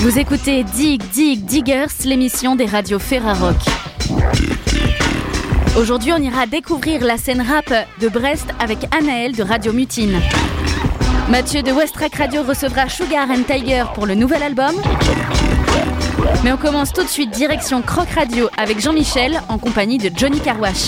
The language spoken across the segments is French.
Vous écoutez Diggers, l'émission des radios Ferrarock. Aujourd'hui, on ira découvrir la scène rap de Brest avec Anaël de Radio Mutine. Mathieu de Westrack Radio recevra Sugar and Tiger pour le nouvel album. Mais on commence tout de suite direction Croc Radio avec Jean-Michel en compagnie de Johnny Carwash.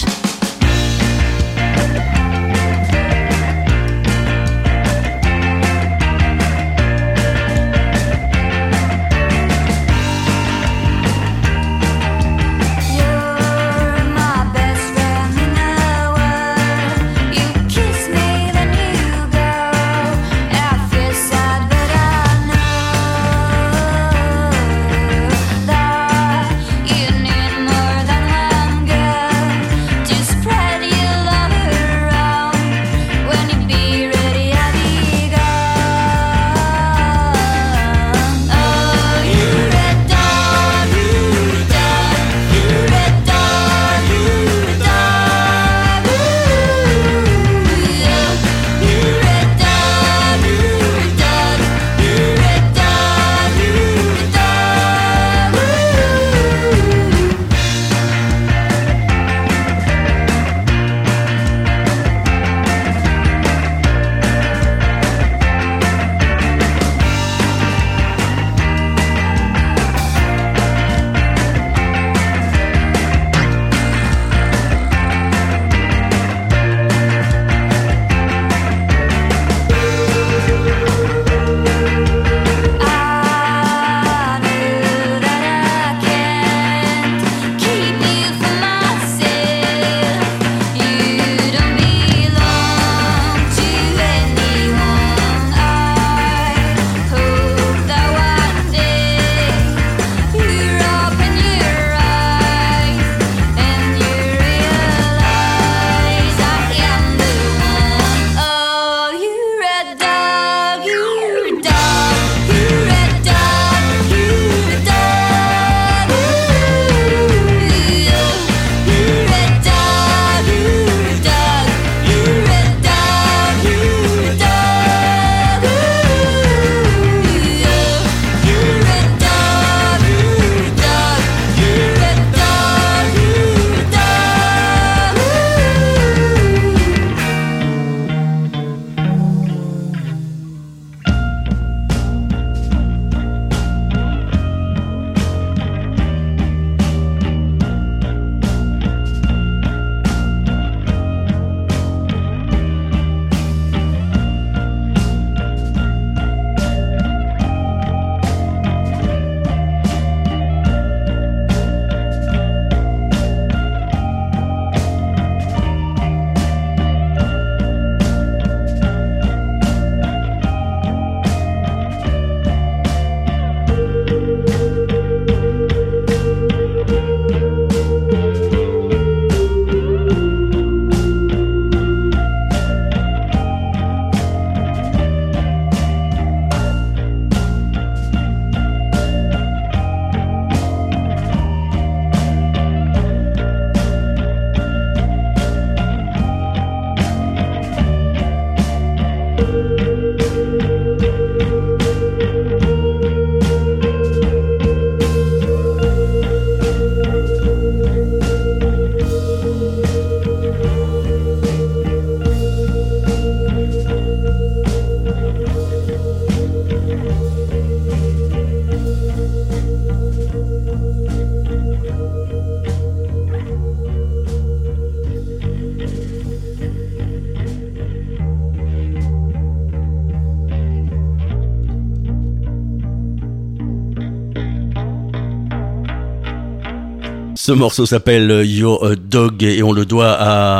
Ce morceau s'appelle You're a Dog et on le doit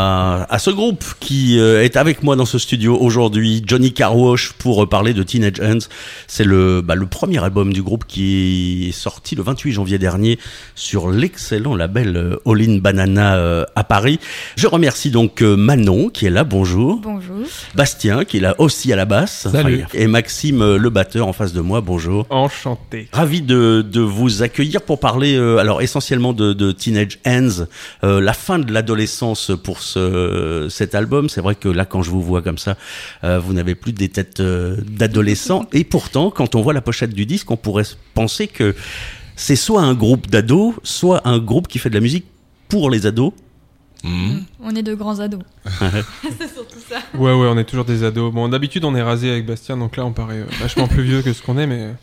à ce groupe qui est avec moi dans ce studio aujourd'hui, Johnny Carwash, pour parler de Teenage Ants. C'est le premier album du groupe qui est sorti le 28 janvier dernier sur l'excellent label All In Banana à Paris. Je remercie donc Manon qui est là, bonjour. Bonjour. Bastien qui est là aussi à la basse. Salut. Et Maxime le batteur en face de moi, bonjour. Enchanté. Ravi de vous accueillir pour parler alors essentiellement de de Teenage Hands, la fin de l'adolescence pour cet album. C'est vrai que là, quand je vous vois comme ça, vous n'avez plus des têtes d'adolescents. Et pourtant, quand on voit la pochette du disque, on pourrait penser que c'est soit un groupe d'ados, soit un groupe qui fait de la musique pour les ados. On est de grands ados. C'est surtout ça. Ouais, on est toujours des ados. Bon, d'habitude, on est rasé avec Bastien, donc là, on paraît vachement plus vieux que ce qu'on est, mais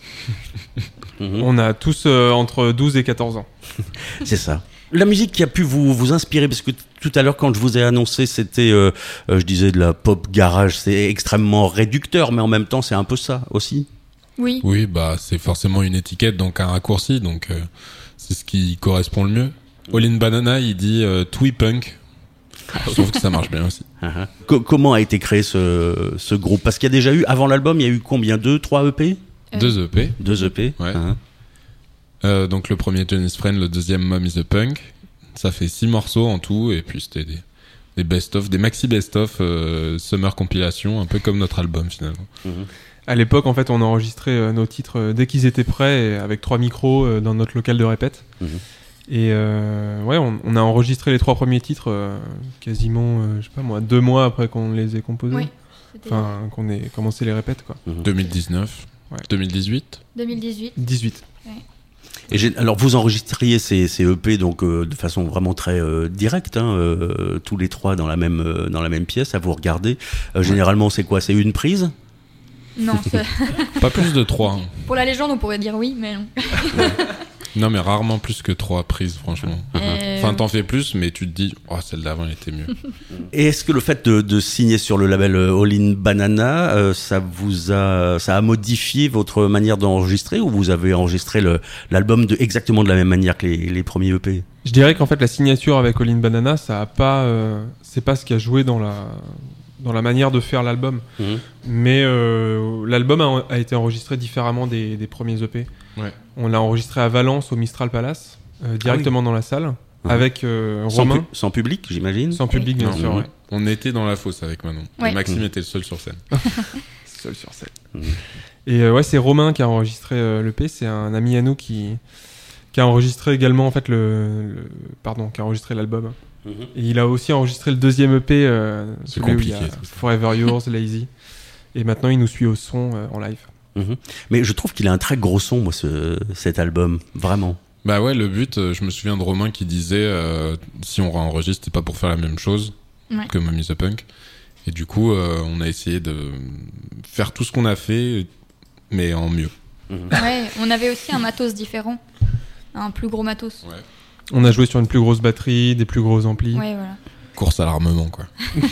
on a tous entre 12 et 14 ans. C'est ça. La musique qui a pu vous inspirer, parce que tout à l'heure, quand je vous ai annoncé, c'était, je disais, de la pop garage, c'est extrêmement réducteur, mais en même temps, c'est un peu ça aussi. Oui. Oui, bah, c'est forcément une étiquette, donc un raccourci, donc c'est ce qui correspond le mieux. All in Banana, il dit twee punk. Je trouve que ça marche bien aussi. Comment a été créé ce groupe? Parce qu'il y a déjà eu, avant l'album, il y a eu combien? 2-3 EP? 2 EP. 2 EP. Ouais. Donc le premier Johnny's Friend, le deuxième Mom is a Punk. Ça fait 6 morceaux en tout, et puis c'était des best-of, des maxi best-of summer compilation, un peu comme notre album finalement. À l'époque, en fait, on enregistrait nos titres dès qu'ils étaient prêts, avec 3 micros dans notre local de répète. Et on a enregistré les 3 premiers titres quasiment, je sais pas moi, 2 mois après qu'on les ait composés. Oui. Enfin, qu'on ait commencé les répètes, quoi. 2019, 2018 2018. 18. Ouais. Et alors, vous enregistriez ces EP donc de façon vraiment très directe, tous les 3 dans la même pièce, à vous regarder. Généralement, c'est quoi? C'est une prise? Non, Pas plus de 3. pour la légende, on pourrait dire oui, mais non. Non, mais rarement plus que 3 prises, franchement. Enfin, t'en fais plus, mais tu te dis, oh, celle d'avant était mieux. Et est-ce que le fait de signer sur le label All in Banana, ça a modifié votre manière d'enregistrer, ou vous avez enregistré l'album exactement de la même manière que les premiers EP? Je dirais qu'en fait, la signature avec All in Banana, ça a pas, c'est pas ce qui a joué dans la manière de faire l'album. Mais l'album a été enregistré différemment des premiers EP. Ouais. On l'a enregistré à Valence, au Mistral Palace, directement dans la salle, avec Romain. Sans public, j'imagine? Sans public, bien sûr. Ouais. On était dans la fosse avec Manon. Ouais. Et Maxime était le seul sur scène. Seul sur scène. Et c'est Romain qui a enregistré l'EP. C'est un ami à nous qui a enregistré également en fait qui a enregistré l'album. Et il a aussi enregistré le deuxième EP, celui où il y a Forever Yours, Lazy. Et maintenant, il nous suit au son en live. Mais je trouve qu'il a un très gros son, moi, cet album, vraiment. Bah ouais, le but, je me souviens de Romain qui disait si on réenregistre, c'est pas pour faire la même chose que Mom is a Punk. Et du coup, on a essayé de faire tout ce qu'on a fait, mais en mieux. Ouais, on avait aussi un matos différent, un plus gros matos. Ouais. On a joué sur une plus grosse batterie, des plus gros amplis. Ouais, voilà. Course à l'armement, quoi.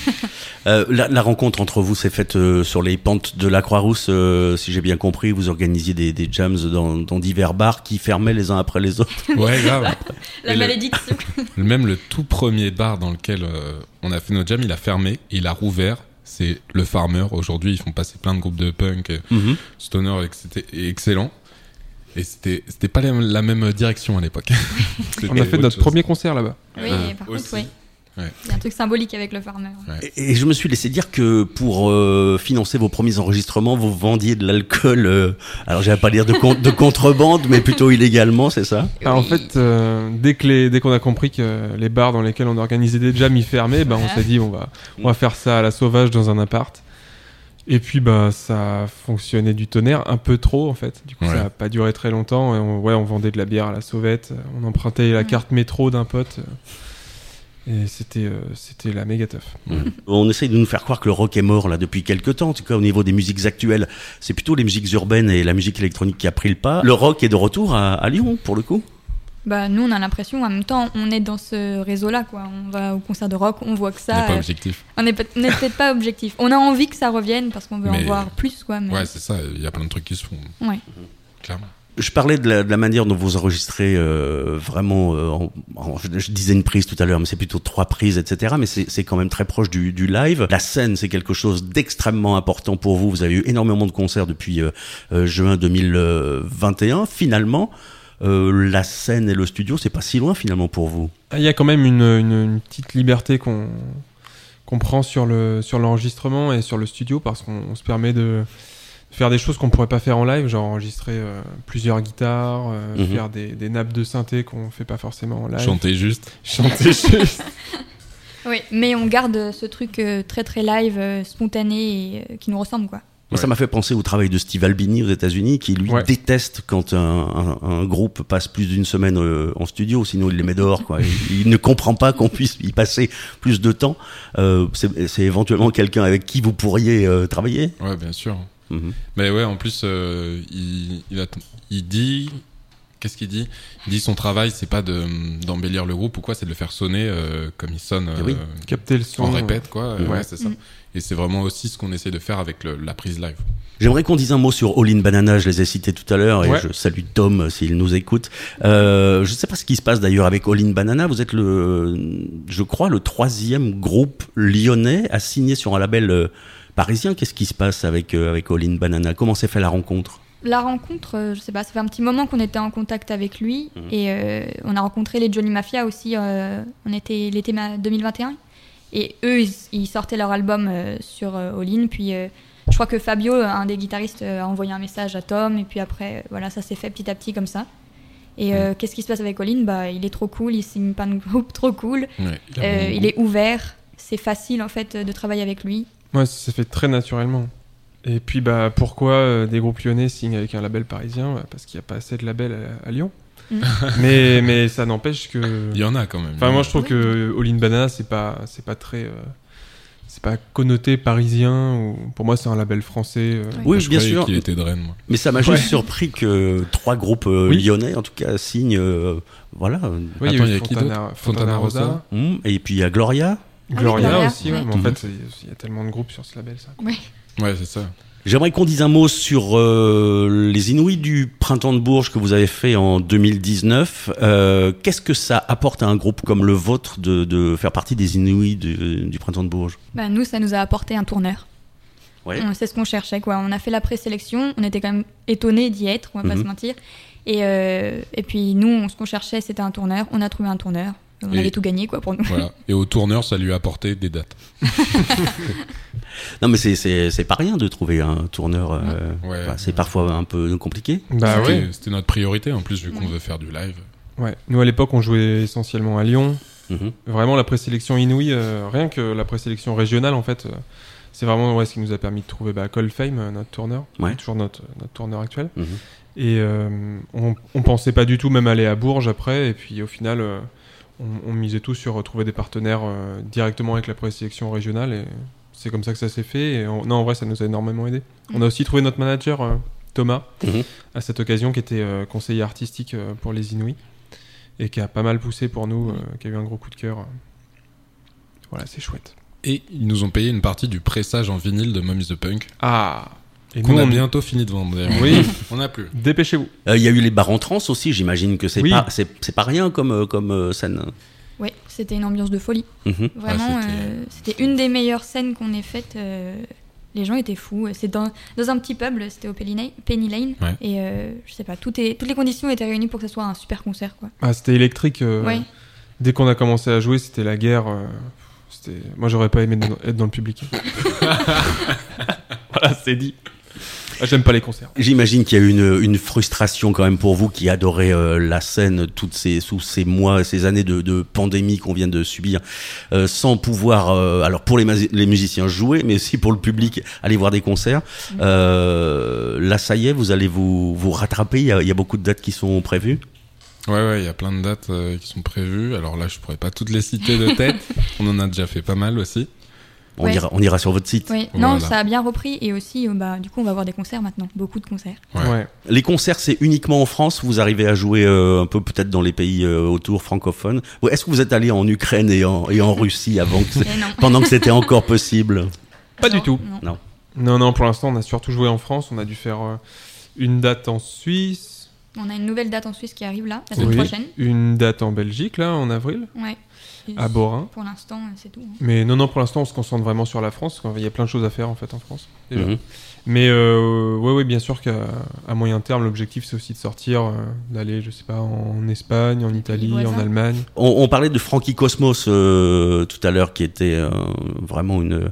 La rencontre entre vous s'est faite sur les pentes de la Croix-Rousse, si j'ai bien compris. Vous organisiez des jams dans divers bars qui fermaient les uns après les autres. Ouais, grave. La malédiction. Même le tout premier bar dans lequel on a fait nos jams, il a fermé, il a rouvert. C'est le Farmer. Aujourd'hui, ils font passer plein de groupes de punk, stoner, et c'était excellent. Et c'était pas la même direction à l'époque. On a fait notre premier concert là-bas. Oui, par contre, oui. Ouais. Il y a un truc symbolique avec le Farmer. Ouais. Et je me suis laissé dire que pour financer vos premiers enregistrements, vous vendiez de l'alcool, alors j'allais pas dire de contrebande, mais plutôt illégalement, c'est ça? En fait, dès qu'on a compris que les bars dans lesquels on organisait des jams ils fermaient, on s'est dit on va faire ça à la sauvage dans un appart. Et puis ça fonctionnait du tonnerre, un peu trop en fait. Du coup ça a pas duré très longtemps. Et on vendait de la bière à la sauvette, on empruntait la carte métro d'un pote. Et c'était la méga teuf. On essaye de nous faire croire que le rock est mort là depuis quelques temps. En tout cas, au niveau des musiques actuelles, c'est plutôt les musiques urbaines et la musique électronique qui a pris le pas. Le rock est de retour à Lyon, pour le coup. Nous, on a l'impression, en même temps, on est dans ce réseau-là, quoi. On va au concert de rock, on voit que ça. On n'est pas objectif. On n'est peut-être pas objectif. On a envie que ça revienne parce qu'on veut en voir plus, quoi. Mais... Ouais, c'est ça. Il y a plein de trucs qui se font. Ouais. Clairement. Je parlais de la manière dont vous enregistrez vraiment. Je disais une prise tout à l'heure, mais c'est plutôt 3 prises, etc. Mais c'est quand même très proche du live. La scène, c'est quelque chose d'extrêmement important pour vous. Vous avez eu énormément de concerts depuis juin 2021. Finalement, la scène et le studio, c'est pas si loin finalement pour vous. Il y a quand même une petite liberté qu'on prend sur l'enregistrement et sur le studio parce qu'on se permet de faire des choses qu'on pourrait pas faire en live, genre enregistrer plusieurs guitares, faire des nappes de synthé qu'on fait pas forcément en live. Chanter juste. Oui, mais on garde ce truc très très live, spontané et qui nous ressemble, quoi. Moi, ça m'a fait penser au travail de Steve Albini aux États-Unis, qui lui déteste quand un groupe passe plus d'une semaine en studio, sinon il les met dehors, quoi. Il ne comprend pas qu'on puisse y passer plus de temps. C'est éventuellement quelqu'un avec qui vous pourriez travailler. Ouais, bien sûr. Mais ouais, en plus, il dit. Qu'est-ce qu'il dit ? Il dit son travail, c'est pas d'embellir le groupe ou quoi, c'est de le faire sonner comme il sonne. Capter le son. On répète, quoi. Ouais, c'est ça. Et c'est vraiment aussi ce qu'on essaie de faire avec la prise live. J'aimerais qu'on dise un mot sur All in Banana, je les ai cités tout à l'heure, et je salue Tom s'il nous écoute. Je sais pas ce qui se passe d'ailleurs avec All in Banana, vous êtes je crois, le 3e groupe lyonnais à signer sur un label parisien. Qu'est-ce qui se passe avec All in Banana ? Comment s'est fait la rencontre ? La rencontre, je sais pas, ça fait un petit moment qu'on était en contact avec lui, et on a rencontré les Johnny Mafia aussi, on était l'été 2021, et eux, ils sortaient leur album sur All In, puis je crois que Fabio, un des guitaristes, a envoyé un message à Tom, et puis après, voilà, ça s'est fait petit à petit comme ça. Et qu'est-ce qui se passe avec All In ? Bah, il est trop cool, il signe pas de groupe trop cool, il est ouvert, c'est facile en fait de travailler avec lui. Ouais, ça s'est fait très naturellement. Et puis pourquoi des groupes lyonnais signent avec un label parisien ? Parce qu'il n'y a pas assez de labels à Lyon. mais ça n'empêche que... Il y en a quand même. Enfin, moi je trouve que All in Banana c'est pas très... c'est pas connoté parisien. Pour moi c'est un label français. Oui, je bien sûr. Qu'il était de Rennes, moi. Mais ça m'a juste surpris que 3 groupes lyonnais en tout cas signent... voilà. Oui, attends, il y a qui d'autre ? Fontana Rosa. Et puis il y a Gloria. Gloria aussi, mais en fait il y a tellement de groupes sur ce label, ça. Ouais, c'est ça. J'aimerais qu'on dise un mot sur les Inouïs du Printemps de Bourges que vous avez fait en 2019. Qu'est-ce que ça apporte à un groupe comme le vôtre de faire partie des Inouïs du Printemps de Bourges ? Nous, ça nous a apporté un tourneur. Ouais. C'est ce qu'on cherchait, quoi. On a fait la présélection, on était quand même étonnés d'y être, on va pas se mentir. Et puis nous, ce qu'on cherchait, c'était un tourneur. On a trouvé un tourneur. On avait tout gagné, quoi, pour nous. Voilà. Et au tourneur, ça lui a apporté des dates. Non, mais c'est pas rien de trouver un tourneur. C'est parfois un peu compliqué. C'était notre priorité, en plus, vu qu'on veut faire du live. Ouais. Nous, à l'époque, on jouait essentiellement à Lyon. Vraiment, la présélection inouïe, rien que la présélection régionale, en fait, c'est vraiment ce qui nous a permis de trouver Coldfame, notre tourneur. Toujours notre tourneur actuel. Et on pensait pas du tout même aller à Bourges après. Et puis, au final... on misait tout sur trouver des partenaires directement avec la présélection régionale et c'est comme ça que ça s'est fait. Et en vrai, ça nous a énormément aidé. On a aussi trouvé notre manager, Thomas, à cette occasion, qui était conseiller artistique pour les Inouïs et qui a pas mal poussé pour nous, qui a eu un gros coup de cœur. Voilà, c'est chouette. Et ils nous ont payé une partie du pressage en vinyle de Mom is the Punk. Et qu'on a bientôt fini de vendre. Oui, on a plus. Dépêchez-vous. Il y a eu les bars en trans aussi, j'imagine que c'est pas rien comme scène. Oui, c'était une ambiance de folie. Vraiment, c'était une des meilleures scènes qu'on ait faites. Les gens étaient fous. C'est dans un petit pub, c'était au Penny Lane. Et je sais pas, toutes les conditions étaient réunies pour que ce soit un super concert, quoi. C'était électrique. Dès qu'on a commencé à jouer, c'était la guerre. Moi, j'aurais pas aimé être dans le public. Voilà, c'est dit. J'aime pas les concerts. J'imagine qu'il y a eu une frustration quand même pour vous qui adorez la scène sous ces mois, ces années de pandémie qu'on vient de subir, sans pouvoir, alors pour les musiciens jouer, mais aussi pour le public aller voir des concerts. Là, ça y est, vous allez vous rattraper. Il y a beaucoup de dates qui sont prévues. Ouais, il y a plein de dates qui sont prévues. Alors là, je pourrais pas toutes les citer de tête. On en a déjà fait pas mal aussi. On ira sur votre site. Oui. Non, ça a bien repris et aussi, du coup, on va avoir des concerts maintenant, beaucoup de concerts. Ouais. Les concerts, c'est uniquement en France. Vous arrivez à jouer un peu peut-être dans les pays autour francophones. Est-ce que vous êtes allé en Ukraine et en Russie pendant que c'était encore possible ? Pas du tout. Non, pour l'instant, on a surtout joué en France. On a dû faire une date en Suisse. On a une nouvelle date en Suisse qui arrive là, la semaine prochaine. Une date en Belgique, là, en avril. Ouais. à Borin. Pour l'instant, c'est tout. Mais non, pour l'instant, on se concentre vraiment sur la France. Il y a plein de choses à faire en fait en France. Déjà. Mhm. Mais ouais, bien sûr qu'à moyen terme, l'objectif c'est aussi de sortir, d'aller, je sais pas, en Espagne, en Italie, en Allemagne. On parlait de Frankie Cosmos tout à l'heure, qui était vraiment une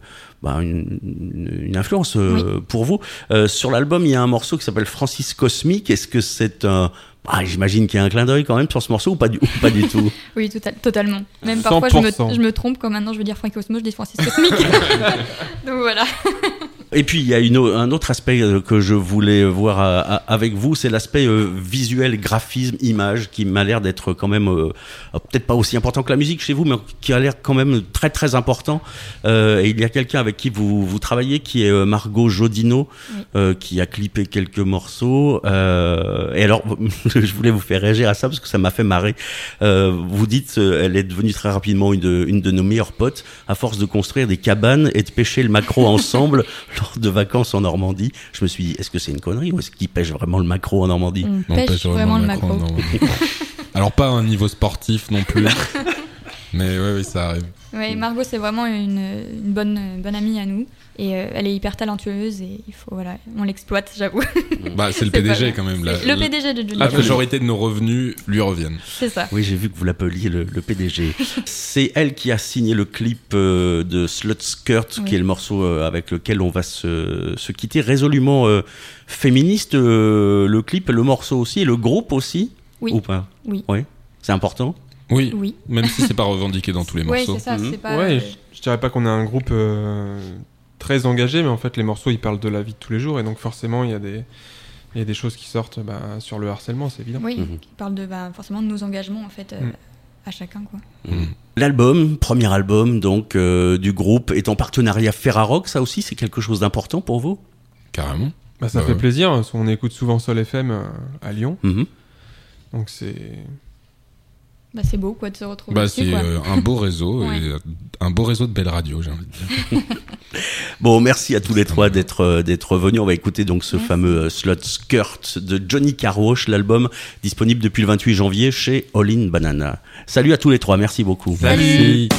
influence pour vous. Sur l'album, il y a un morceau qui s'appelle Francis Cosmic. Est-ce que c'est un... j'imagine qu'il y a un clin d'œil quand même sur ce morceau ou pas du tout. Oui, totalement. Même parfois, je me trompe quand maintenant je veux dire Frankie Cosmos, je dis Francis Cosmic. Donc voilà. Et puis il y a un autre aspect que je voulais voir avec vous, c'est l'aspect visuel, graphisme, image, qui m'a l'air d'être quand même peut-être pas aussi important que la musique chez vous, mais qui a l'air quand même très très important. Et il y a quelqu'un avec qui vous travaillez, qui est Margot Jodino, qui a clippé quelques morceaux. Et alors, je voulais vous faire réagir à ça parce que ça m'a fait marrer. Vous dites, elle est devenue très rapidement une de nos meilleures potes, à force de construire des cabanes et de pêcher le maquereau ensemble lors de vacances en Normandie. Je me suis dit, est-ce que c'est une connerie ou est-ce qu'ils pêchent vraiment le maquereau en Normandie? On pêche vraiment le maquereau. Alors pas à un niveau sportif non plus, mais oui, ça arrive. Ouais, Margot, c'est vraiment une bonne amie à nous. Et elle est hyper talentueuse et on l'exploite, j'avoue. C'est le PDG quand même. Le PDG de Johnny. La majorité de nos revenus lui reviennent. C'est ça. Oui, j'ai vu que vous l'appeliez le PDG. C'est elle qui a signé le clip de Slut Skirt, qui est le morceau avec lequel on va se quitter. Résolument féministe, le clip, le morceau aussi, et le groupe aussi. Oui. Ou pas? Oui. C'est important? Oui. Même si c'est pas revendiqué dans tous les morceaux. Oui, c'est ça. C'est pas. Ouais, je dirais pas qu'on a un groupe très engagé, mais en fait les morceaux ils parlent de la vie de tous les jours et donc forcément il y a des choses qui sortent sur le harcèlement, c'est évident. Oui, qui parlent forcément de nos engagements en fait à chacun quoi. L'album, premier album donc du groupe, est en partenariat Ferrarock. Ça aussi c'est quelque chose d'important pour vous? Carrément. Ça fait plaisir, parce qu'on écoute souvent Sol FM à Lyon. Donc c'est beau quoi de se retrouver c'est un beau réseau et un beau réseau de belles radios, j'ai envie de dire. Bon, merci à tous les trois d'être venus. On va écouter donc ce fameux Slut Skirt de Johnny Carwash, l'album disponible depuis le 28 janvier chez All In Banana. Salut à tous les trois, merci beaucoup. Salut.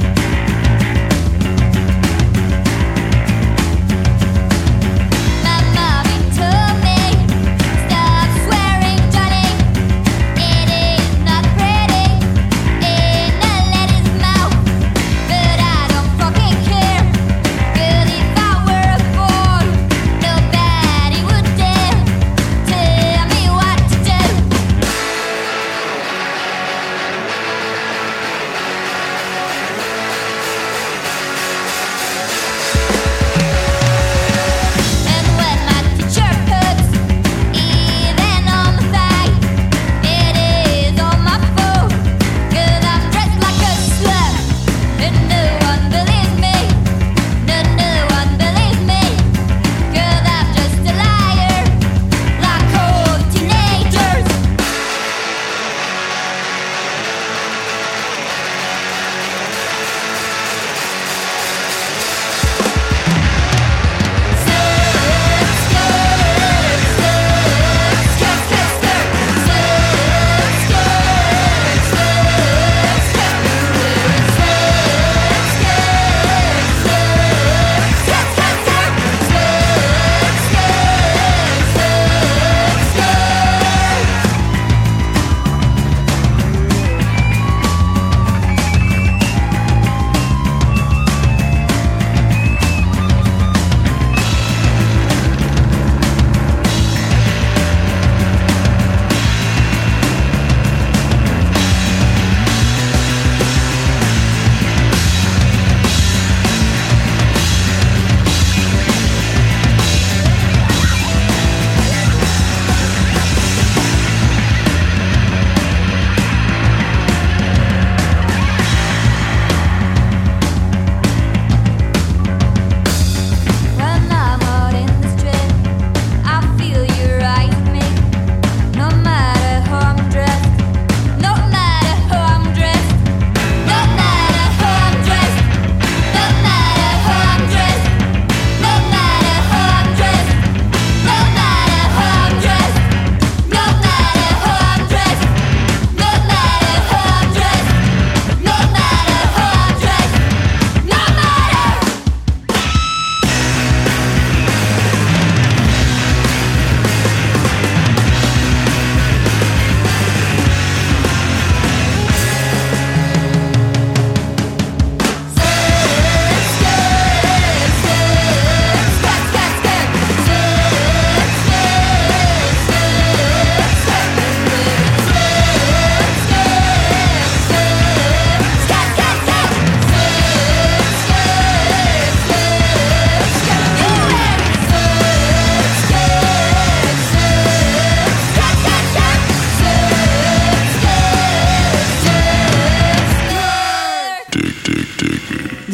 My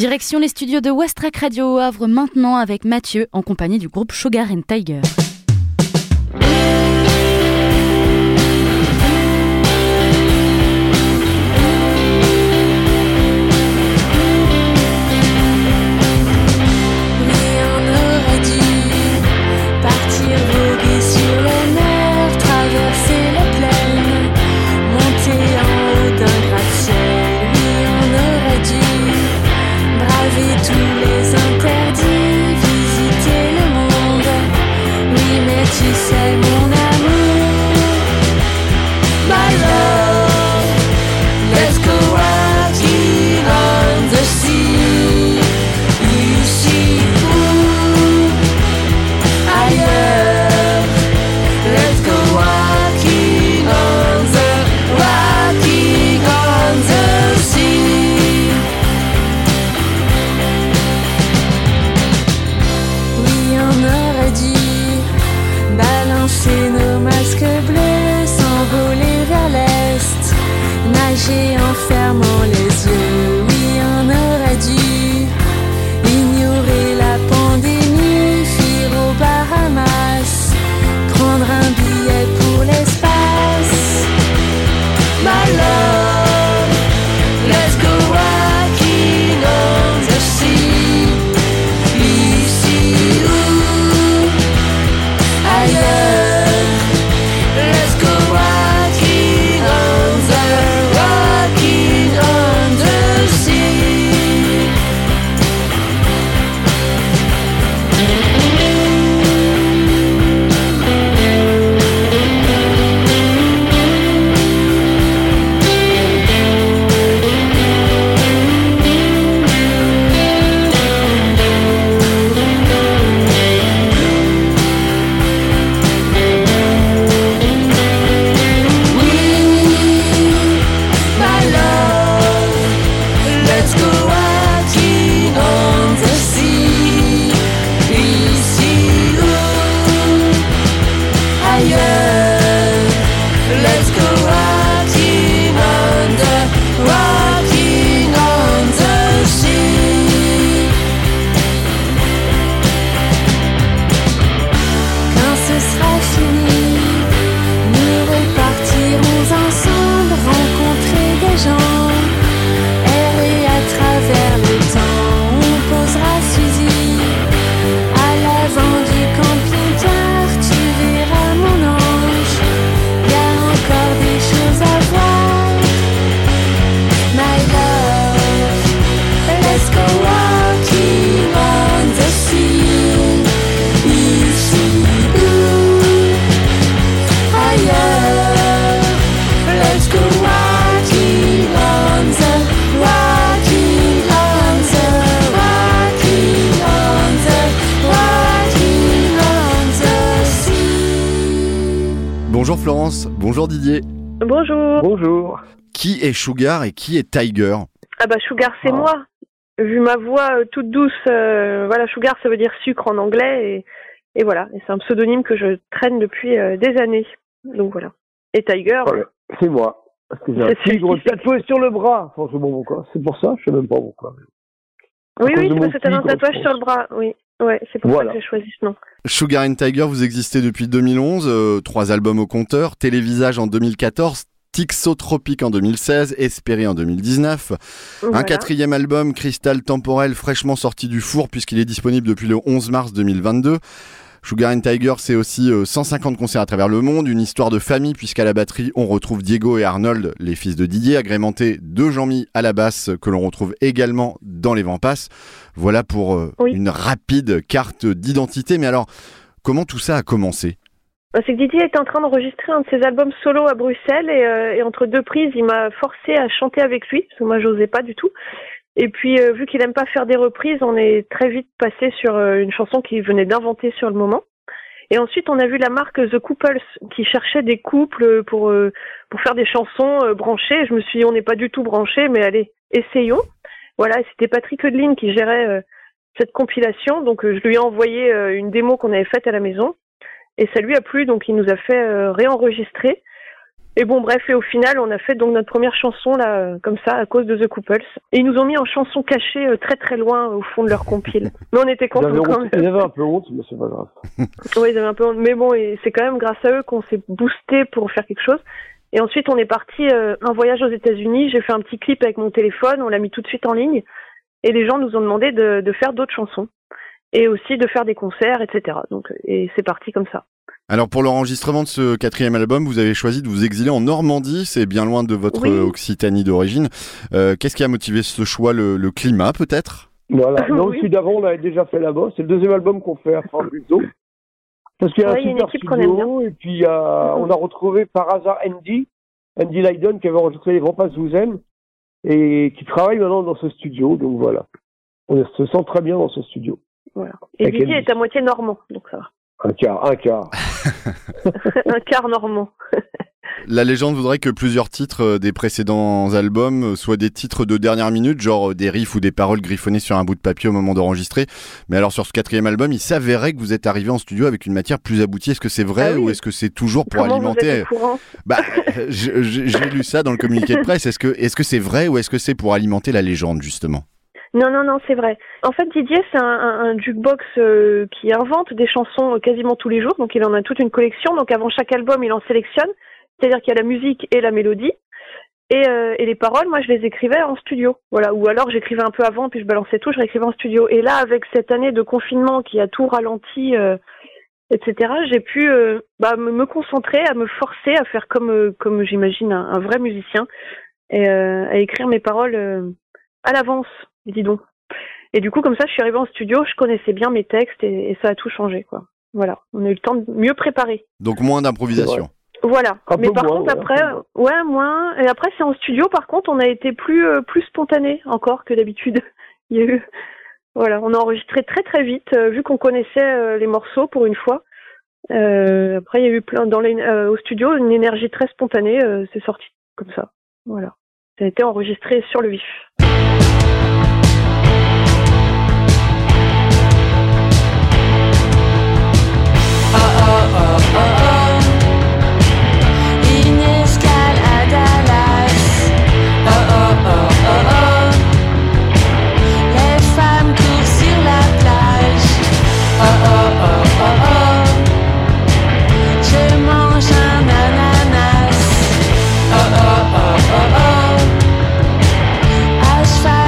Direction les studios de Westrack Radio au Havre maintenant avec Mathieu en compagnie du groupe Sugar and Tiger. Bonjour Florence, bonjour Didier. Bonjour. Bonjour. Qui est Sugar et qui est Tiger? Ah bah Sugar c'est moi. Vu ma voix toute douce, voilà, Sugar ça veut dire sucre en anglais et voilà. Et c'est un pseudonyme que je traîne depuis des années. Donc voilà. Et Tiger. Voilà. C'est moi. Parce que j'ai un tigre tatoué sur le bras. Franchement, pourquoi? C'est pour ça, je sais même pas pourquoi. Oui, c'est parce que t'as un tatouage sur le bras, oui. Ouais, c'est pour ça que j'ai choisi ce nom. Sugar and Tiger, vous existez depuis 2011, 3 albums au compteur, Télévisage en 2014, Tixotropique en 2016, Espérer en 2019. Voilà. Un 4e album, Cristal Temporel, fraîchement sorti du four puisqu'il est disponible depuis le 11 mars 2022. Sugar and Tiger, c'est aussi 150 concerts à travers le monde, une histoire de famille puisqu'à la batterie, on retrouve Diego et Arnold, les fils de Didier, agrémentés de Jean-Mi à la basse que l'on retrouve également dans Les Vents Passent. Voilà pour une rapide carte d'identité. Mais alors, comment tout ça a commencé ? C'est que Didier était en train d'enregistrer un de ses albums solo à Bruxelles et entre deux prises, il m'a forcé à chanter avec lui parce que moi, j'osais pas du tout. Et puis, vu qu'il aime pas faire des reprises, on est très vite passé sur une chanson qu'il venait d'inventer sur le moment. Et ensuite, on a vu la marque The Couples qui cherchait des couples pour faire des chansons branchées. Je me suis dit, on n'est pas du tout branchés, mais allez, essayons. Voilà, et c'était Patrick Eudeline qui gérait cette compilation. Donc, je lui ai envoyé une démo qu'on avait faite à la maison. Et ça lui a plu, donc il nous a fait réenregistrer. Et bon, bref, et au final, on a fait donc notre première chanson, là, comme ça, à cause de The Couples. Et ils nous ont mis en chanson cachée très très loin au fond de leur compile. Mais on était contents quand même. Ils avaient un peu honte, mais c'est pas grave. Oui, ils avaient un peu honte. Mais bon, et c'est quand même grâce à eux qu'on s'est boosté pour faire quelque chose. Et ensuite, on est parti un voyage aux États-Unis. J'ai fait un petit clip avec mon téléphone, on l'a mis tout de suite en ligne. Et les gens nous ont demandé de faire d'autres chansons. Et aussi de faire des concerts, etc. Donc, et c'est parti comme ça. Alors pour l'enregistrement de ce 4e album, vous avez choisi de vous exiler en Normandie, c'est bien loin de votre Occitanie d'origine. Qu'est-ce qui a motivé ce choix, le climat peut-être ? Voilà, non, celui d'avant on l'avait déjà fait là-bas, c'est le deuxième album qu'on fait à Franck-Buteau. Parce qu'il y a un super studio, et puis on a retrouvé par hasard Andy Lydon qui avait enregistré Les Vents Passent vous aiment, et qui travaille maintenant dans ce studio, donc voilà. On se sent très bien dans ce studio. Voilà. Et Didier est à moitié normand, donc ça va. Un quart. Un quart normand. La légende voudrait que plusieurs titres des précédents albums soient des titres de dernière minute, genre des riffs ou des paroles griffonnées sur un bout de papier au moment d'enregistrer. Mais alors sur ce 4e album, il s'avérait que vous êtes arrivé en studio avec une matière plus aboutie. Est-ce que c'est vrai ou est-ce que c'est toujours pour alimenter... J'ai lu ça dans le communiqué de presse. Est-ce que c'est vrai ou est-ce que c'est pour alimenter la légende justement ? Non, c'est vrai. En fait, Didier, c'est un jukebox qui invente des chansons quasiment tous les jours. Donc, il en a toute une collection. Donc, avant chaque album, il en sélectionne. C'est-à-dire qu'il y a la musique et la mélodie. Et les paroles, moi, je les écrivais en studio. Voilà. Ou alors, j'écrivais un peu avant, puis je balançais tout, je réécrivais en studio. Et là, avec cette année de confinement qui a tout ralenti, etc., j'ai pu me concentrer, à me forcer à faire comme j'imagine un vrai musicien, et à écrire mes paroles à l'avance. Dis donc. Et du coup, comme ça, je suis arrivée en studio, je connaissais bien mes textes et ça a tout changé, quoi. Voilà. On a eu le temps de mieux préparer. Donc, moins d'improvisation. Voilà. Mais par contre, après, moins. Et après, c'est en studio, par contre, on a été plus spontané encore que d'habitude. Il y a eu, voilà. On a enregistré très très vite, vu qu'on connaissait les morceaux pour une fois. Après, il y a eu au studio, une énergie très spontanée, c'est sorti comme ça. Voilà. Ça a été enregistré sur le vif. Une escale à Dallas. Les femmes courent sur la plage. Je mange un ananas. À cheval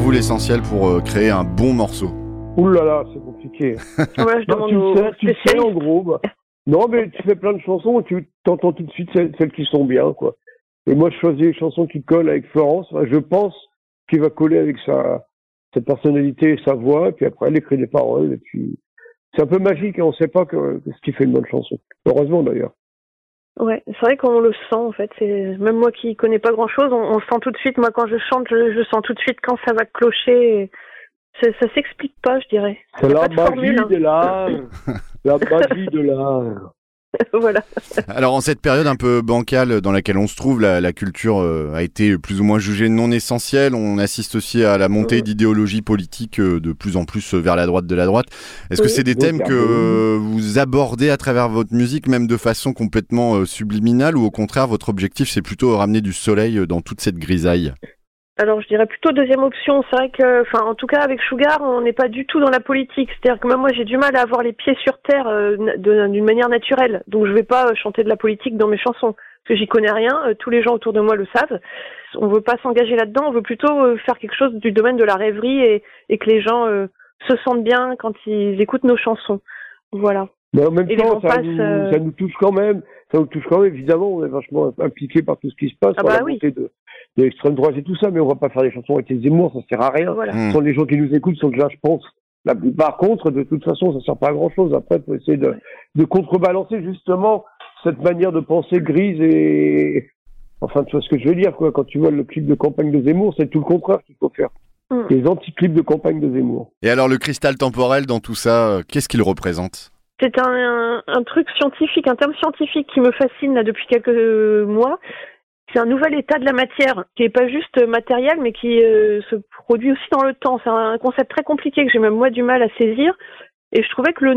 vous l'essentiel pour créer un bon morceau? Ouh là là, c'est compliqué. Ouais, je demande aux tu sais, spécialistes. en gros. Bah. Non, mais tu fais plein de chansons et tu t'entends tout de suite celles qui sont bien, quoi. Et moi, je choisis les chansons qui collent avec Florence. Enfin, je pense qu'il va coller avec sa personnalité et sa voix. Et puis après, elle écrit des paroles. Et puis, c'est un peu magique et on sait pas ce qui fait une bonne chanson. Heureusement, d'ailleurs. Ouais, c'est vrai qu'on le sent, en fait. Même moi qui connais pas grand-chose, on sent tout de suite. Moi, quand je chante, je sens tout de suite quand ça va clocher. Et ça s'explique pas, je dirais. C'est la magie de l'art. La magie de l'art. Voilà. Alors en cette période un peu bancale dans laquelle on se trouve, la culture a été plus ou moins jugée non essentielle. On assiste aussi à la montée d'idéologies politiques de plus en plus vers la droite de la droite. Est-ce que c'est des thèmes que vous abordez à travers votre musique, même de façon complètement subliminale, ou au contraire votre objectif c'est plutôt ramener du soleil dans toute cette grisaille? Alors, je dirais plutôt deuxième option. C'est vrai que, en tout cas, avec Sugar, on n'est pas du tout dans la politique. C'est-à-dire que même moi, j'ai du mal à avoir les pieds sur terre d'une manière naturelle. Donc, je vais pas chanter de la politique dans mes chansons. Parce que j'y connais rien. Tous les gens autour de moi le savent. On veut pas s'engager là-dedans. On veut plutôt faire quelque chose du domaine de la rêverie et que les gens se sentent bien quand ils écoutent nos chansons. Voilà. Mais en même temps, ça nous touche quand même. Ça nous touche quand même. Évidemment, on est vachement impliqués par tout ce qui se passe. La montée de l'extrême droite et tout ça, mais on va pas faire des chansons avec les Zemmour, ça sert à rien. Voilà. Ce sont les gens qui nous écoutent, sont déjà, je pense, la plupart contre. De toute façon, ça sert pas à grand chose. Après, il faut essayer de contrebalancer justement cette manière de penser grise et, enfin, tu vois ce que je veux dire, quoi. Quand tu vois le clip de campagne de Zemmour, c'est tout le contraire qu'il faut faire. Les anti-clips de campagne de Zemmour. Et alors, le cristal temporel dans tout ça, qu'est-ce qu'il représente? C'est un truc scientifique, un terme scientifique qui me fascine là depuis quelques mois. C'est un nouvel état de la matière, qui est pas juste matériel, mais qui se produit aussi dans le temps. C'est un concept très compliqué que j'ai même moi du mal à saisir. Et je trouvais que le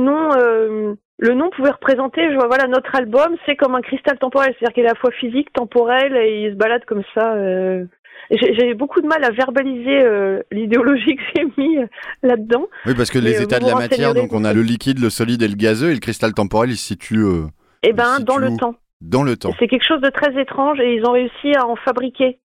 nom pouvait représenter, voilà, notre album, c'est comme un cristal temporel, c'est-à-dire qu'il est à la fois physique, temporel, et il se balade comme ça. J'ai beaucoup de mal à verbaliser l'idéologie que j'ai mis là-dedans. Oui, parce que les états de la matière, donc on a le liquide, le solide et le gazeux, et le cristal temporel, il se situe... dans le temps. Dans le temps. C'est quelque chose de très étrange et ils ont réussi à en fabriquer,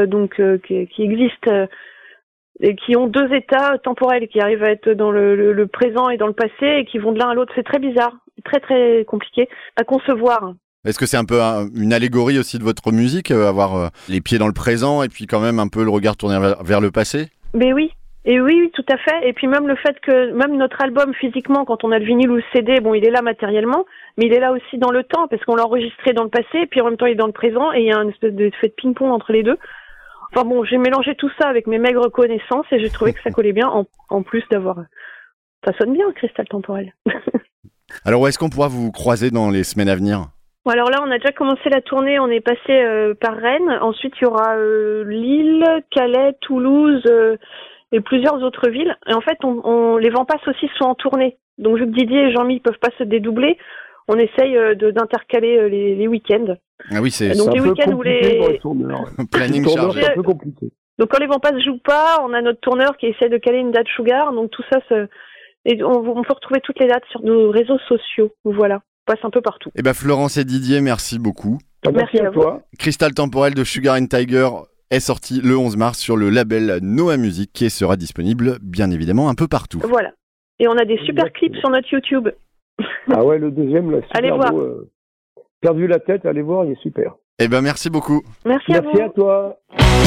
qui existent et qui ont deux états temporels qui arrivent à être dans le présent et dans le passé et qui vont de l'un à l'autre. C'est très bizarre, très très compliqué à concevoir. Est-ce que c'est un peu une allégorie aussi de votre musique, avoir les pieds dans le présent et puis quand même un peu le regard tourné vers le passé? Mais oui. Et oui, tout à fait. Et puis même le fait que même notre album physiquement, quand on a le vinyle ou le CD, bon, il est là matériellement, mais il est là aussi dans le temps parce qu'on l'a enregistré dans le passé, et puis en même temps il est dans le présent, et il y a une espèce d'effet de ping-pong entre les deux. Enfin bon, j'ai mélangé tout ça avec mes maigres connaissances et j'ai trouvé que ça collait bien, en plus d'avoir... Ça sonne bien, cristal temporel. Alors où est-ce qu'on pourra vous croiser dans les semaines à venir? Bon, alors là, on a déjà commencé la tournée, on est passé par Rennes, ensuite il y aura Lille, Calais, Toulouse... et plusieurs autres villes. Et en fait, les Vampas aussi sont en tournée. Donc, vu que Didier et Jean-Mi peuvent pas se dédoubler, on essaye d'intercaler les week-ends. Ah oui, c'est donc les week-ends où les planning chargé. C'est un peu compliqué. Donc, quand les Vampas joue pas, on a notre tourneur qui essaie de caler une date Sugar. Donc, tout ça, et on peut retrouver toutes les dates sur nos réseaux sociaux. Voilà. On passe un peu partout. Eh ben, Florence et Didier, merci beaucoup. Merci à toi. Cristal temporel de Sugar and Tiger est sorti le 11 mars sur le label Noah Music qui sera disponible bien évidemment un peu partout. Voilà. Et on a des super clips sur notre YouTube. Ah ouais, le deuxième, là, super allez voir. Beau, perdu la tête, allez voir, il est super. Eh ben merci beaucoup. Merci à vous. Merci à toi.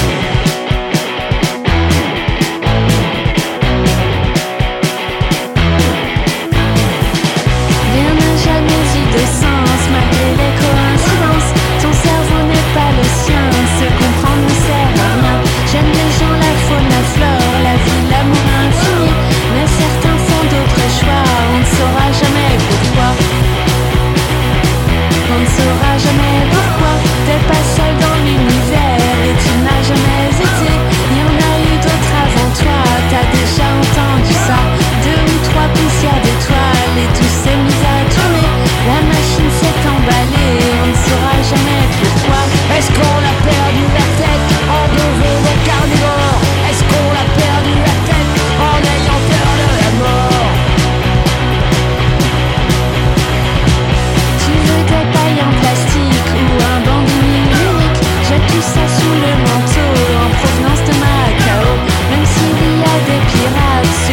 Rien n'a jamais eu de sens malgré les coïncidences. Ton cerveau n'est pas le sien, se comprendre ne sert à rien. J'aime les gens, la faune, la flore, la vie, l'amour infini. Mais certains font d'autres choix, on ne saura jamais pourquoi. On ne saura jamais pourquoi. T'es pas seul dans l'univers et tu n'as jamais été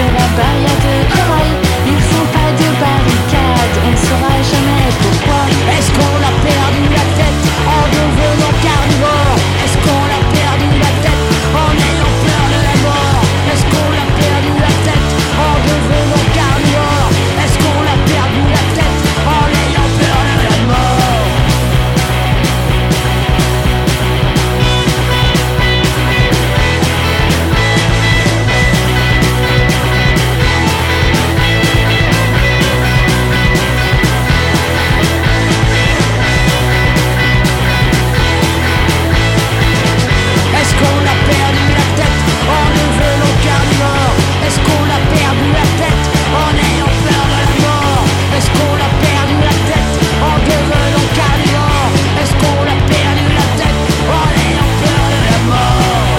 là-bas y a de corail. Ils font pas de barricades, on ne saura jamais pourquoi. Est-ce qu'on a perdu la tête en devenant carnivore? Est-ce qu'on a perdu la tête en ayant peur de la mort? Est-ce qu'on a perdu la tête en devenant carnivore? Est-ce qu'on a perdu la tête en ayant peur de la mort? Est-ce qu'on a perdu la tête en devenant carnivore? Est-ce qu'on a perdu la tête en ayant peur de la mort? Est-ce qu'on a perdu la tête en devenant carnivore? Est-ce qu'on a perdu la tête en ayant peur de la mort?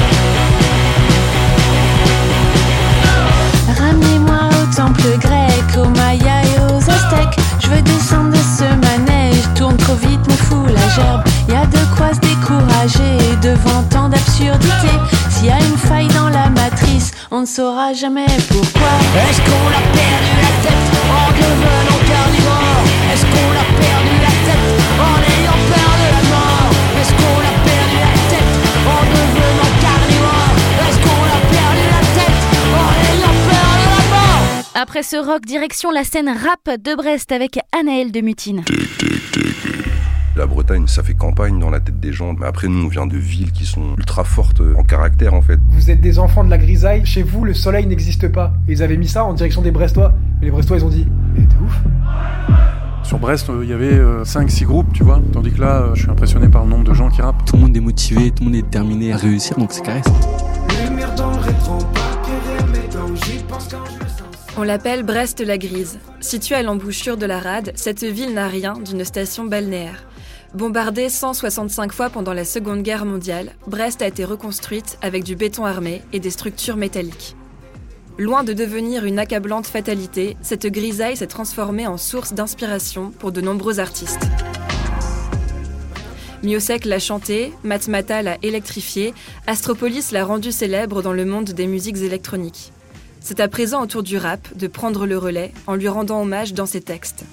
Ramenez-moi au temple grec, aux Mayas et aux Aztèques. Je veux descendre de ce manège, tourne trop vite, me fout la gerbe. Y a de quoi se décourager devant tant d'absurdités. S'il y a une faille dans la matrice, on ne saura jamais pourquoi. Est-ce qu'on a perdu la tête en devenant carnivore? Est-ce qu'on a perdu la tête en ayant peur de la mort? Est-ce qu'on a perdu la tête en devenant carnivore? Est-ce qu'on a perdu la tête en ayant peur de la mort? Après ce rock, direction la scène rap de Brest avec Anaël de Mutine. La Bretagne, ça fait campagne dans la tête des gens. Mais après, nous, on vient de villes qui sont ultra fortes en caractère, en fait. Vous êtes des enfants de la grisaille. Chez vous, le soleil n'existe pas. Et ils avaient mis ça en direction des Brestois. Mais les Brestois, ils ont dit « Mais t'es ouf !» Sur Brest, il y avait 5-6 groupes, tu vois. Tandis que là, je suis impressionné par le nombre de gens qui rappent. Tout le monde est motivé, tout le monde est déterminé à réussir, donc c'est carré. On l'appelle Brest-la-Grise. Située à l'embouchure de la Rade, cette ville n'a rien d'une station balnéaire. Bombardée 165 fois pendant la Seconde Guerre mondiale, Brest a été reconstruite avec du béton armé et des structures métalliques. Loin de devenir une accablante fatalité, cette grisaille s'est transformée en source d'inspiration pour de nombreux artistes. Miosek l'a chanté, Matmata l'a électrifié, Astropolis l'a rendu célèbre dans le monde des musiques électroniques. C'est à présent au tour du rap de prendre le relais en lui rendant hommage dans ses textes.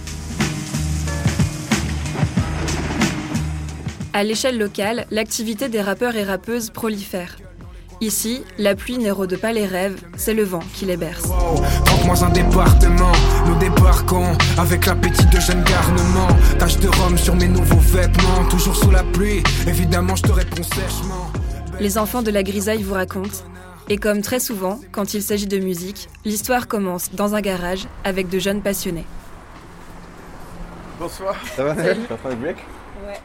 À l'échelle locale, l'activité des rappeurs et rappeuses prolifère. Ici, la pluie n'érode pas les rêves, c'est le vent qui les berce. Prends-moi un département, nous débarquons avec l'appétit de jeune garnement. Tache de rhum sur mes nouveaux vêtements, toujours sous la pluie, évidemment je te réponds sèchement. Les enfants de la grisaille vous racontent. Et comme très souvent, quand il s'agit de musique, l'histoire commence dans un garage avec de jeunes passionnés. Bonsoir. Ça va, Naël? Tu vas faire le break? Ouais.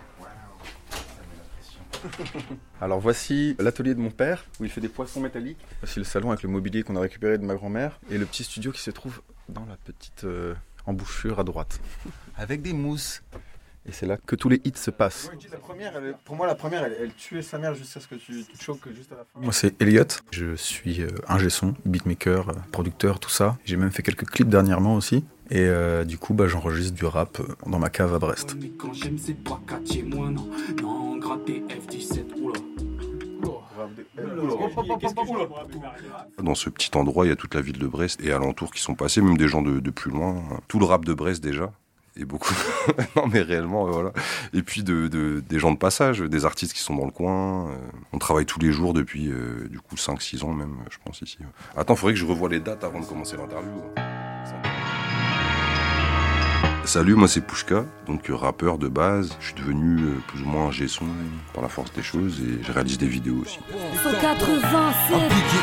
Alors voici l'atelier de mon père où il fait des poissons métalliques. Voici le salon avec le mobilier qu'on a récupéré de ma grand-mère et le petit studio qui se trouve dans la petite embouchure à droite avec des mousses. Et c'est là que tous les hits se passent. Pour moi, la première, elle tuait sa mère jusqu'à ce que tu choques juste à la fin. Moi, c'est Elliot. Je suis ingé son, beatmaker, producteur, tout ça. J'ai même fait quelques clips dernièrement aussi. Et du coup, j'enregistre du rap dans ma cave à Brest. Dans ce petit endroit, il y a toute la ville de Brest et alentours qui sont passés, même des gens de plus loin. Tout le rap de Brest déjà. Et beaucoup non mais réellement voilà, et puis des gens de passage, des artistes qui sont dans le coin. On travaille tous les jours depuis du coup 5-6 ans même, je pense ici. Attends, faudrait que je revoie les dates avant de commencer l'interview. Salut, moi c'est Pouchka, donc rappeur de base. Je suis devenu plus ou moins ingé son par la force des choses et je réalise des vidéos aussi. 187.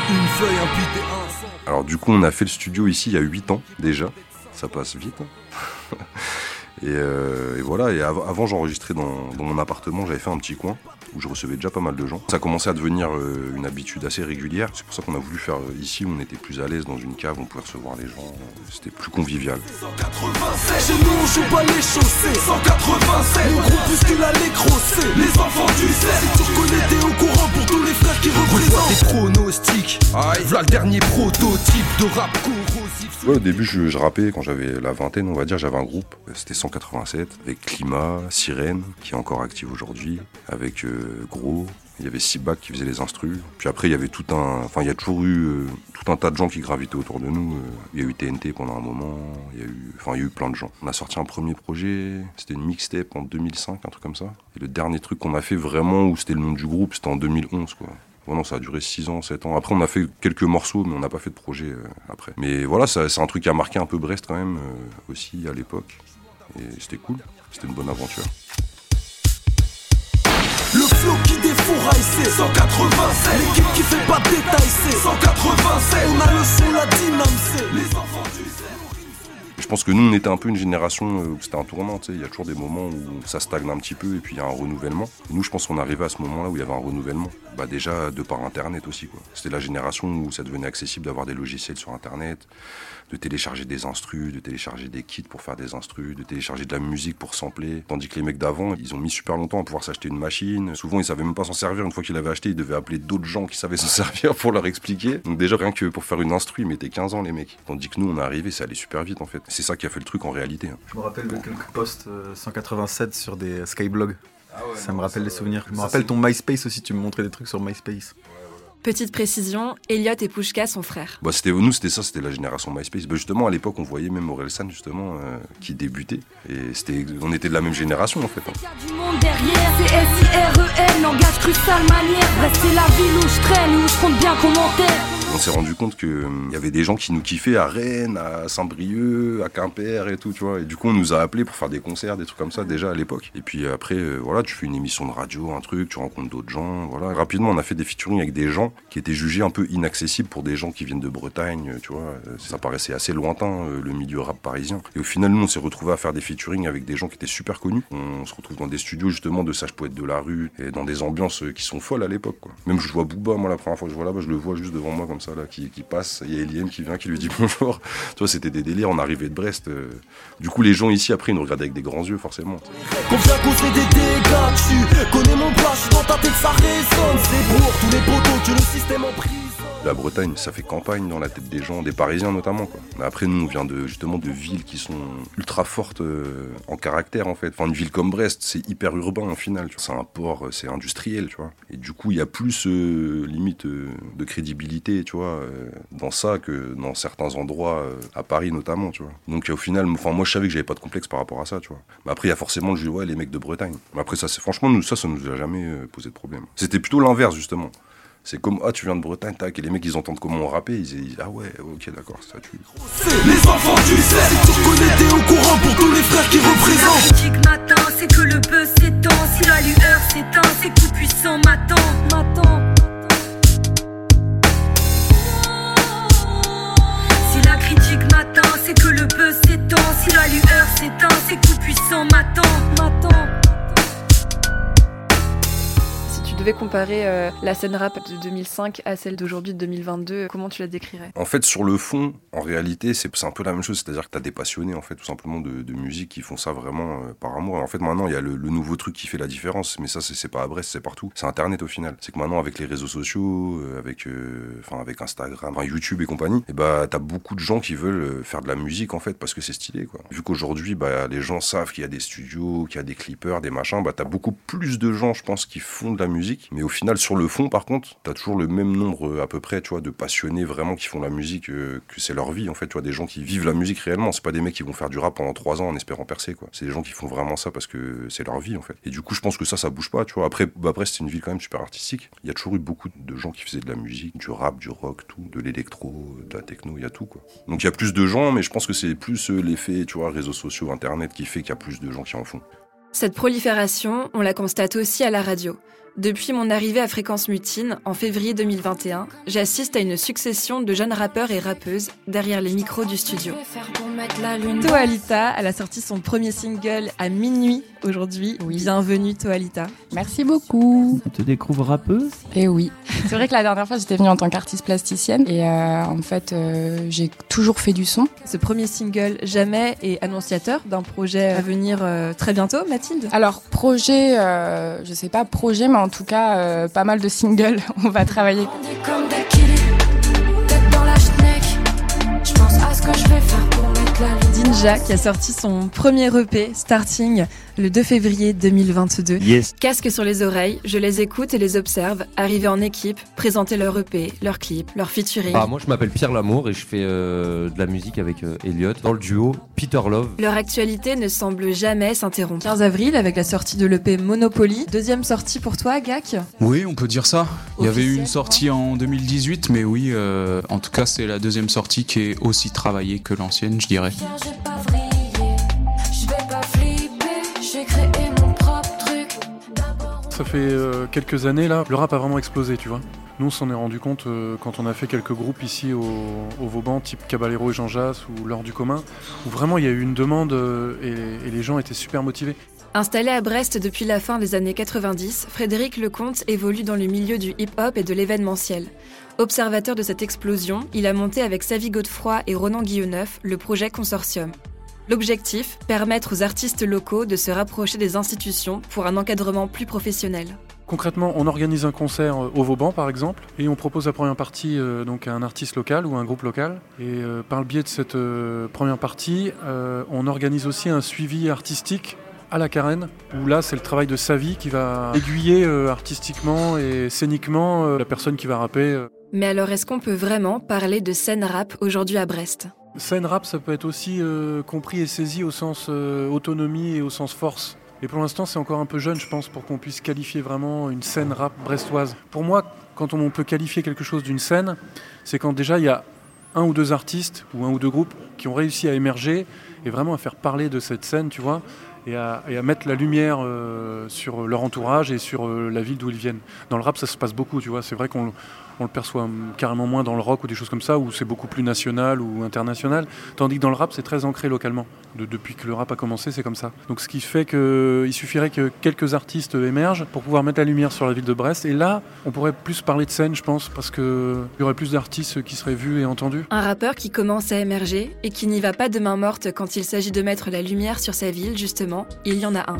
Alors du coup on a fait le studio ici il y a 8 ans déjà. Ça passe vite. Hein. Et voilà, et avant j'enregistrais dans mon appartement, j'avais fait un petit coin où je recevais déjà pas mal de gens. Ça commençait à devenir une habitude assez régulière. C'est pour ça qu'on a voulu faire ici où on était plus à l'aise dans une cave, on pouvait recevoir les gens, c'était plus convivial. 187, chez nous on joue pas les chaussées. 187, mon groupe puisqu'il a les crossés. Les enfants du cerf, si tu reconnais t'es au courant pour tous les frères qui représentent. Tes pronostics, voilà le dernier prototype de rap corrosif. Ouais, au début je rappais quand j'avais la vingtaine, on va dire, j'avais un groupe, c'était 187, avec Climat, Sirène, qui est encore active aujourd'hui, avec Gros, Il y avait Sibak qui faisait les instrus. Puis après, il y avait il y a toujours eu tout un tas de gens qui gravitaient autour de nous. Il y a eu TNT pendant un moment. Il y a eu plein de gens. On a sorti un premier projet. C'était une mixtape en 2005, un truc comme ça. Et le dernier truc qu'on a fait vraiment, où c'était le nom du groupe, c'était en 2011, quoi. Voilà, ça a duré 6 ans, 7 ans. Après, on a fait quelques morceaux, mais on n'a pas fait de projet après. Mais voilà, c'est un truc qui a marqué un peu Brest quand même, aussi à l'époque. Et c'était cool. C'était une bonne aventure. Le flow qui défouraille, c'est 187. L'équipe qui fait pas de détails, c'est 187. On a le son, la dyname, c'est les enfants du zéro. Je pense que nous, on était un peu une génération où c'était un tournant. Il y a toujours des moments où ça stagne un petit peu et puis il y a un renouvellement. Et nous, je pense qu'on arrivait à ce moment-là où il y avait un renouvellement. Déjà, de par Internet aussi, quoi. C'était la génération où ça devenait accessible d'avoir des logiciels sur Internet, de télécharger des instrus, de télécharger des kits pour faire des instrus, de télécharger de la musique pour sampler. Tandis que les mecs d'avant, ils ont mis super longtemps à pouvoir s'acheter une machine. Souvent, ils savaient même pas s'en servir. Une fois qu'ils l'avaient acheté, ils devaient appeler d'autres gens qui savaient s'en servir pour leur expliquer. Donc déjà, rien que pour faire une instru, ils mettaient 15 ans, les mecs. Tandis que nous, on est arrivés, ça allait super vite, en fait. C'est ça qui a fait le truc en réalité. Je me rappelle de quelques posts 187 sur des Skyblogs. Ça me rappelle des souvenirs. Je me rappelle ton MySpace aussi, tu me montrais des trucs sur MySpace. Petite précision, Elliot et Pouchka sont frères. C'était la génération MySpace. Justement, à l'époque, on voyait même Orelsan, justement, qui débutait. Et on était de la même génération, en fait. Il y a du monde derrière, c'est SIREN, langage cristal manière. Restez la ville où je traîne, où je compte bien commenter. On s'est rendu compte qu'il y avait des gens qui nous kiffaient à Rennes, à Saint-Brieuc, à Quimper et tout, tu vois. Et du coup, on nous a appelés pour faire des concerts, des trucs comme ça déjà à l'époque. Et puis après, tu fais une émission de radio, un truc, tu rencontres d'autres gens, voilà. Rapidement, on a fait des featuring avec des gens qui étaient jugés un peu inaccessibles pour des gens qui viennent de Bretagne, tu vois. Ça paraissait assez lointain, le milieu rap parisien. Et au final, nous, on s'est retrouvés à faire des featuring avec des gens qui étaient super connus. On se retrouve dans des studios, justement, de sages poètes de la rue, et dans des ambiances qui sont folles à l'époque, quoi. Même je vois Booba, moi, la première fois que je vois là-bas, je le vois juste devant moi, comme ça, là, qui passe. Il y a Eliem qui vient, qui lui dit bonjour. Tu vois, c'était des délires, on arrivait de Brest. Du coup, les gens ici, après, ils nous regardaient avec des grands yeux, forcément. Qu'on vient causer des dégâts, tu connais mon plat, je suis dans ta tête, ça résonne. C'est pour tous les poteaux que le système en prise. La Bretagne, ça fait campagne dans la tête des gens, des Parisiens notamment, quoi. Mais après, nous, on vient justement de villes qui sont ultra fortes en caractère, en fait. Enfin, une ville comme Brest, c'est hyper urbain, au final. C'est un port, c'est industriel, tu vois. Et du coup, il y a plus, limite, de crédibilité, tu vois, dans ça que dans certains endroits, à Paris notamment, tu vois. Donc, au final, moi, je savais que j'avais pas de complexe par rapport à ça, tu vois. Mais après, il y a forcément le jeu, ouais, les mecs de Bretagne. Mais après, ça, franchement, ça nous a jamais posé de problème. C'était plutôt l'inverse, justement. C'est comme, tu viens de Bretagne, tac, et les mecs, ils entendent comment on rappait, ils disent, ah ouais, ok, d'accord, ça tue. C'est les enfants du zèle, si tu reconnais, t'es au courant pour tous les frères qui représentent. La critique m'attend, c'est que le buzz s'étend. Si la lueur s'éteint, c'est que tout puissant m'attend. Si la critique m'attend, c'est que le buzz s'étend. Si la lueur s'éteint, c'est que tout puissant m'attend. Tu devais comparer la scène rap de 2005 à celle d'aujourd'hui de 2022, comment tu la décrirais? En fait, sur le fond, en réalité, c'est un peu la même chose, c'est-à-dire que t'as des passionnés, en fait, tout simplement de musique qui font ça vraiment par amour. Et en fait, maintenant, il y a le nouveau truc qui fait la différence, mais ça, c'est pas à Brest, c'est partout. C'est Internet au final. C'est que maintenant, avec les réseaux sociaux, avec Instagram, YouTube et compagnie, et t'as beaucoup de gens qui veulent faire de la musique, en fait, parce que c'est stylé, quoi. Vu qu'aujourd'hui, les gens savent qu'il y a des studios, qu'il y a des clippers, des machins, t'as beaucoup plus de gens, je pense, qui font de la musique. Mais au final, sur le fond, par contre, t'as toujours le même nombre, à peu près, tu vois, de passionnés vraiment qui font la musique, que c'est leur vie, en fait, tu vois, des gens qui vivent la musique réellement. C'est pas des mecs qui vont faire du rap pendant 3 ans en espérant percer, quoi. C'est des gens qui font vraiment ça parce que c'est leur vie, en fait. Et du coup, je pense que ça bouge pas, tu vois. Après, c'est une ville quand même super artistique. Il y a toujours eu beaucoup de gens qui faisaient de la musique, du rap, du rock, tout, de l'électro, de la techno, il y a tout, quoi. Donc il y a plus de gens, mais je pense que c'est plus l'effet, tu vois, réseaux sociaux, Internet qui fait qu'il y a plus de gens qui en font. Cette prolifération, on la constate aussi à la radio. Depuis mon arrivée à Fréquence Mutine, en février 2021, j'assiste à une succession de jeunes rappeurs et rappeuses derrière les micros du studio. Toalita, elle a sorti son premier single à minuit aujourd'hui. Oui. Bienvenue Toalita. Merci beaucoup. Tu te découvres rappeuse? Eh oui. C'est vrai que la dernière fois, j'étais venue en tant qu'artiste plasticienne et en fait, j'ai toujours fait du son. Ce premier single, Jamais, est annonciateur d'un projet à venir très bientôt, Mathilde? Alors, projet, je sais pas projet, mais en tout cas, pas mal de singles. On va travailler. Comme des kills, tête dans la schneck. Je pense à ce que je vais faire pour mettre la Dingy Ninja qui a sorti son premier EP, Starting, le 2 février 2022. Yes. Casque sur les oreilles, je les écoute et les observe, arriver en équipe, présenter leur EP, leur clip, leur featuring. Moi je m'appelle Pierre Lamour et je fais de la musique avec Elliot dans le duo Peter Love. Leur actualité ne semble jamais s'interrompre. 15 avril avec la sortie de l'EP Monopoly. Deuxième sortie pour toi, Gak ? Oui, on peut dire ça. Il y avait eu une sortie en 2018, mais oui, en tout cas c'est la deuxième sortie qui est aussi travaillée que l'ancienne, je dirais. Ça fait quelques années là, le rap a vraiment explosé, tu vois. Nous on s'en est rendu compte quand on a fait quelques groupes ici au Vauban, type Caballero et Jean Jass ou L'Heure du commun, où vraiment il y a eu une demande et les gens étaient super motivés. Installé à Brest depuis la fin des années 90, Frédéric Lecomte évolue dans le milieu du hip-hop et de l'événementiel. Observateur de cette explosion, il a monté avec Savy Godefroy et Ronan Guilleneuf le projet Consortium. L'objectif, permettre aux artistes locaux de se rapprocher des institutions pour un encadrement plus professionnel. Concrètement, on organise un concert au Vauban par exemple, et on propose la première partie donc à un artiste local ou un groupe local. Et par le biais de cette première partie, on organise aussi un suivi artistique à la Carène, où là c'est le travail de Savy qui va aiguiller artistiquement et scéniquement la personne qui va rapper. Mais alors est-ce qu'on peut vraiment parler de scène rap aujourd'hui à Brest ? Scène rap, ça peut être aussi compris et saisi au sens autonomie et au sens force. Et pour l'instant, c'est encore un peu jeune, je pense, pour qu'on puisse qualifier vraiment une scène rap brestoise. Pour moi, quand on peut qualifier quelque chose d'une scène, c'est quand déjà il y a un ou deux artistes ou un ou deux groupes qui ont réussi à émerger et vraiment à faire parler de cette scène, tu vois, et à mettre la lumière sur leur entourage et sur la ville d'où ils viennent. Dans le rap, ça se passe beaucoup, tu vois. C'est vrai qu'on le perçoit carrément moins dans le rock ou des choses comme ça, où c'est beaucoup plus national ou international. Tandis que dans le rap, c'est très ancré localement. Depuis que le rap a commencé, c'est comme ça. Donc ce qui fait qu'il suffirait que quelques artistes émergent pour pouvoir mettre la lumière sur la ville de Brest. Et là, on pourrait plus parler de scène, je pense, parce qu'il y aurait plus d'artistes qui seraient vus et entendus. Un rappeur qui commence à émerger et qui n'y va pas de main morte quand il s'agit de mettre la lumière sur sa ville, justement, il y en a un.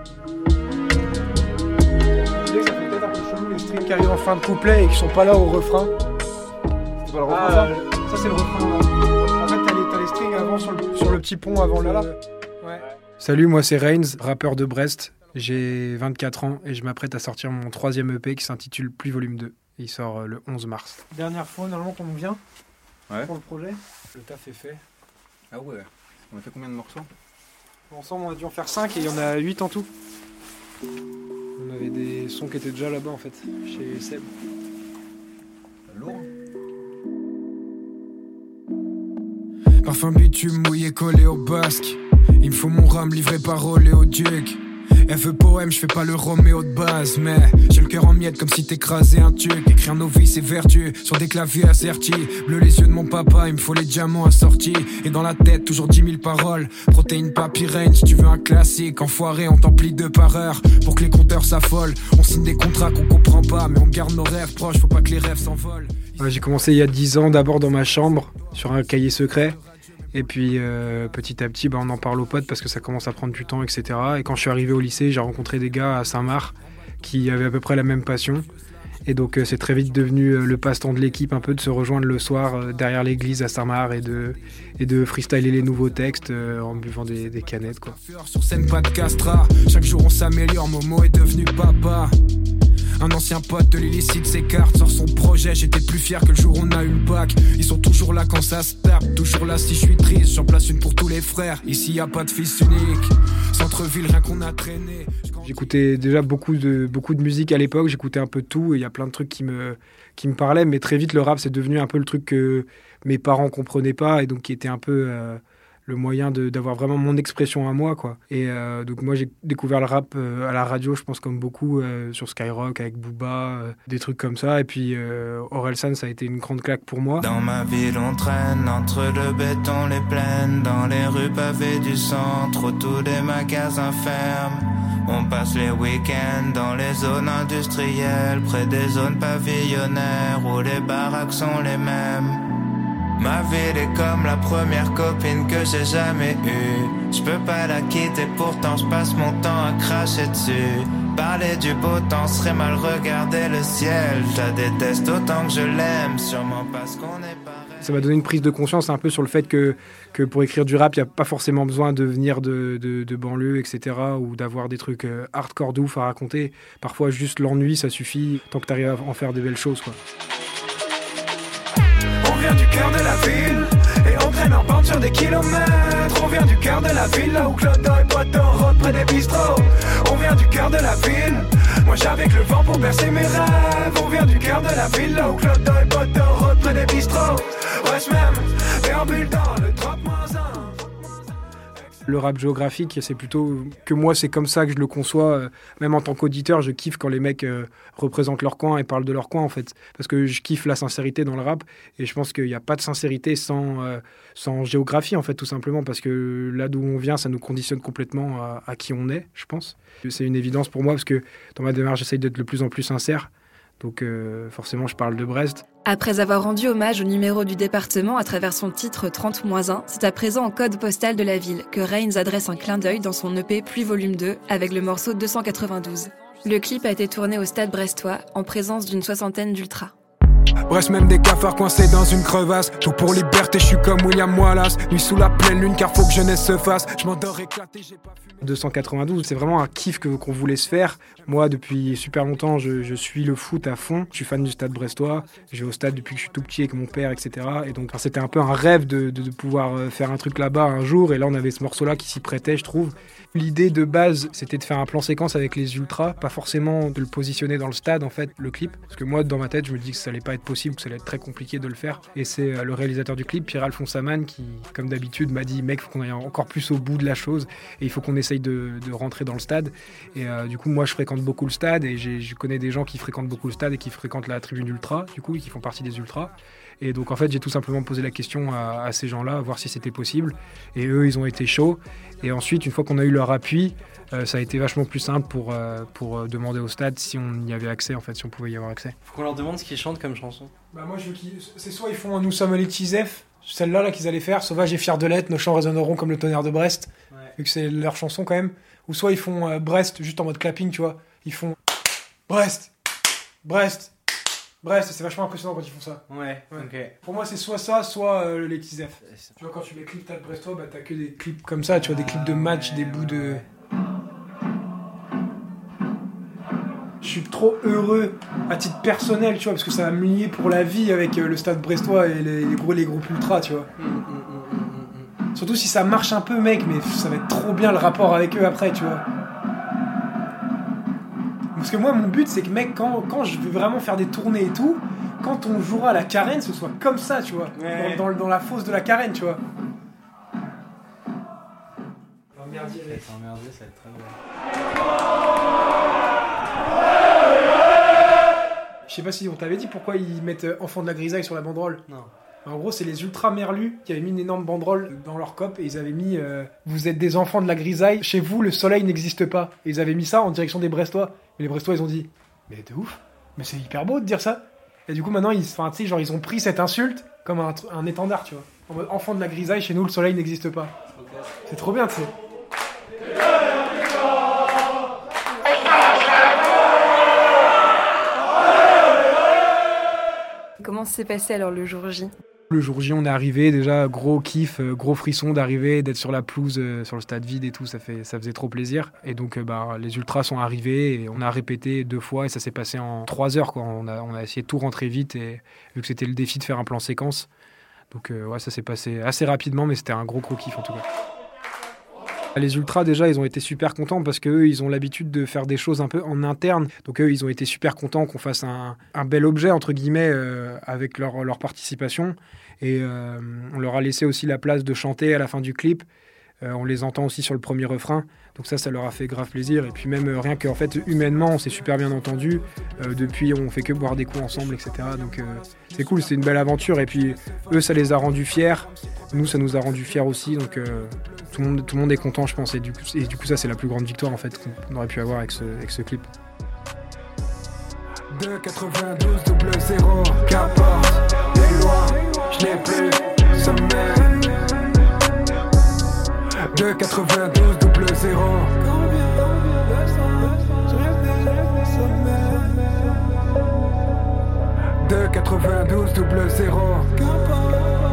Les strings qui arrivent en fin de couplet et qui sont pas là au refrain. C'est pas le refrain, ça c'est le refrain. En fait t'as les strings avant sur le petit pont avant le... Ouais. Salut, moi c'est Reigns, rappeur de Brest. J'ai 24 ans et je m'apprête à sortir mon 3e EP qui s'intitule Pluie Volume 2. Il sort le 11 mars. Dernière fois normalement qu'on vient pour le projet. Le taf est fait. Ah ouais. On a fait combien de morceaux ? Ensemble on a dû en faire 5 et il y en a 8 en tout. On avait des sons qui étaient déjà là-bas en fait, chez Seb. Lourd. Parfum bitume mouillé collé au basque. Il me faut mon rhum livré par Oléoduc. FE poème, je fais pas le Roméo de base, mais j'ai le cœur en miettes comme si t'écrasais un tuc. Écrire nos vies c'est vertu, sur des claviers assertis. Bleu les yeux de mon papa, il me faut les diamants assortis. Et dans la tête, toujours 10 000 paroles. Protéines, papy, range, tu veux un classique. Enfoiré, on t'emplit 2 par heure. Pour que les compteurs s'affolent, on signe des contrats qu'on comprend pas. Mais on garde nos rêves proches, faut pas que les rêves s'envolent. J'ai commencé il y a 10 ans, d'abord dans ma chambre, sur un cahier secret. Et puis petit à petit, on en parle aux potes parce que ça commence à prendre du temps, etc. Et quand je suis arrivé au lycée, j'ai rencontré des gars à Saint-Marc qui avaient à peu près la même passion. Et donc c'est très vite devenu le passe-temps de l'équipe, un peu de se rejoindre le soir derrière l'église à Saint-Marc et de freestyler les nouveaux textes en buvant des canettes, quoi. Sur scène, pas de castra. Chaque jour on s'améliore, Momo est devenu papa. Un ancien pote de l'illicite s'écarte, sort son projet, j'étais plus fier que le jour où on a eu le bac. Ils sont toujours là quand ça se tape, toujours là si je suis triste, j'en place une pour tous les frères. Ici y a pas de fils unique, centre-ville rien qu'on a traîné. J'écoutais déjà beaucoup de musique à l'époque, j'écoutais un peu de tout et il y a plein de trucs qui me parlaient, mais très vite le rap c'est devenu un peu le truc que mes parents comprenaient pas et donc qui était un peu le moyen d'avoir vraiment mon expression à moi, quoi. Et donc moi j'ai découvert le rap à la radio, je pense comme beaucoup, sur Skyrock avec Booba, des trucs comme ça. Et puis Orelsan, ça a été une grande claque pour moi. Dans ma ville on traîne entre le béton, les plaines, dans les rues pavées du centre, où tous les magasins ferment. On passe les week-ends dans les zones industrielles, près des zones pavillonnaires où les baraques sont les mêmes. Ma ville est comme la première copine que j'ai jamais eue. Je peux pas la quitter, pourtant je passe mon temps à cracher dessus. Parler du beau temps serait mal regarder le ciel. Je la déteste autant que je l'aime, sûrement parce qu'on est pareil. Ça m'a donné une prise de conscience un peu sur le fait que pour écrire du rap, il n'y a pas forcément besoin de venir de banlieue, etc. ou d'avoir des trucs hardcore de ouf à raconter. Parfois, juste l'ennui, ça suffit tant que tu arrives à en faire des belles choses, quoi. On vient du cœur de la ville et on traîne en bande sur des kilomètres. On vient du cœur de la ville, là où Clodo et Poiton rôdent près des bistrots. On vient du cœur de la ville, moi j'avais le vent pour bercer mes rêves. On vient du cœur de la ville, là où Clodo et Poiton rôdent près des bistrots. Wesh même, déambule dans le drop -1. Le rap géographique, c'est plutôt que moi, c'est comme ça que je le conçois. Même en tant qu'auditeur, je kiffe quand les mecs représentent leur coin et parlent de leur coin, en fait. Parce que je kiffe la sincérité dans le rap. Et je pense qu'il n'y a pas de sincérité sans géographie, en fait, tout simplement. Parce que là d'où on vient, ça nous conditionne complètement à qui on est, je pense. C'est une évidence pour moi, parce que dans ma démarche, j'essaye d'être de plus en plus sincère. Donc forcément, je parle de Brest. Après avoir rendu hommage au numéro du département à travers son titre 30-1, c'est à présent en code postal de la ville que Reigns adresse un clin d'œil dans son EP Pluie Volume 2 avec le morceau 292. Le clip a été tourné au stade brestois en présence d'une 60aine d'ultras. Bref, même des cafards coincés dans une crevasse. Tout pour liberté, je suis comme William Wallace. Nuit sous la pleine lune, car faut que jeunesse se fasse. Je m'endors éclaté, j'ai pas fumé. 292, c'est vraiment un kiff qu'on voulait se faire. Moi, depuis super longtemps, je suis le foot à fond. Je suis fan du stade brestois. Je vais au stade depuis que je suis tout petit avec mon père, etc. Et donc, c'était un peu un rêve de pouvoir faire un truc là-bas un jour. Et là, on avait ce morceau-là qui s'y prêtait, je trouve. L'idée de base, c'était de faire un plan séquence avec les ultras, pas forcément de le positionner dans le stade, en fait, le clip. Parce que moi, dans ma tête, je me dis que ça allait pas être possible, que ça allait être très compliqué de le faire. Et c'est le réalisateur du clip, Pierre-Alphonse Amann, qui, comme d'habitude, m'a dit « Mec, il faut qu'on aille encore plus au bout de la chose et il faut qu'on essaye de rentrer dans le stade. » Et du coup, moi, je fréquente beaucoup le stade et je connais des gens qui fréquentent beaucoup le stade et qui fréquentent la tribune ultra, du coup, et qui font partie des ultras. Et donc, en fait, j'ai tout simplement posé la question à ces gens-là, voir si c'était possible. Et eux, ils ont été chauds. Et ensuite, une fois qu'on a eu leur appui, ça a été vachement plus simple pour demander au stade si on y avait accès, en fait, si on pouvait y avoir accès. Faut qu'on leur demande ce qu'ils chantent comme chanson. Bah moi, je veux c'est soit ils font Nous sommes les Tizef, celle-là là, qu'ils allaient faire, Sauvage et fier de l'être, nos chants résonneront comme le tonnerre de Brest, vu que c'est leur chanson quand même. Ou soit ils font Brest, juste en mode clapping, tu vois. Ils font Brest, Brest, Brest, c'est vachement impressionnant quand ils font ça. Ouais. Ok. Pour moi, c'est soit ça, soit les Tizef. Tu vois, quand tu mets clip Stade Brestois, bah t'as que des clips comme ça, tu vois, des clips de match, des bouts de... Je suis trop heureux à titre personnel, tu vois, parce que ça va me lier pour la vie avec le Stade Brestois et les groupes ultras, tu vois. Surtout si ça marche un peu, mec, mais ça va être trop bien le rapport avec eux après, tu vois. Parce que moi, mon but, c'est que, mec, quand je vais vraiment faire des tournées et tout, quand on jouera à la Carène, ce soit comme ça, tu vois. Ouais. Dans la fosse de la Carène, tu vois. Emmerdier, ça va être très drôle. Je sais pas si on t'avait dit pourquoi ils mettent Enfant de la grisaille sur la banderole. Non. En gros, c'est les ultra merlus qui avaient mis une énorme banderole dans leur cop et ils avaient mis vous êtes des enfants de la grisaille, chez vous le soleil n'existe pas. Et ils avaient mis ça en direction des Brestois. Et les Brestois, ils ont dit mais de ouf, mais c'est hyper beau de dire ça. Et du coup, maintenant, ils ont pris cette insulte comme un étendard, tu vois. En mode enfant de la grisaille, chez nous le soleil n'existe pas. C'est trop bien, tu sais. Comment s'est passé alors le jour J ? Le jour J, on est arrivé, déjà, gros kiff, gros frisson d'arriver, d'être sur la pelouse, sur le stade vide et tout, ça faisait trop plaisir. Et donc, les ultras sont arrivés et on a répété 2 fois et ça s'est passé en 3 heures, quoi. On a essayé de tout rentrer vite et vu que c'était le défi de faire un plan séquence. Donc, ça s'est passé assez rapidement, mais c'était un gros kiff en tout cas. Les ultras, déjà, ils ont été super contents parce qu'eux, ils ont l'habitude de faire des choses un peu en interne. Donc eux, ils ont été super contents qu'on fasse un bel objet, entre guillemets, avec leur participation. Et on leur a laissé aussi la place de chanter à la fin du clip. On les entend aussi sur le premier refrain. Donc ça leur a fait grave plaisir. Et puis même rien qu'en fait, humainement, on s'est super bien entendu. Depuis, on fait que boire des coups ensemble, etc. Donc c'est cool, c'est une belle aventure. Et puis eux, ça les a rendus fiers. Nous, ça nous a rendus fiers aussi. Donc tout le monde est content, je pense. Et du coup, ça, c'est la plus grande victoire en fait qu'on aurait pu avoir avec ce clip. 2,92 0, qu'importe les lois, je n'ai plus sommeil. 2,92 0. 2,92 0.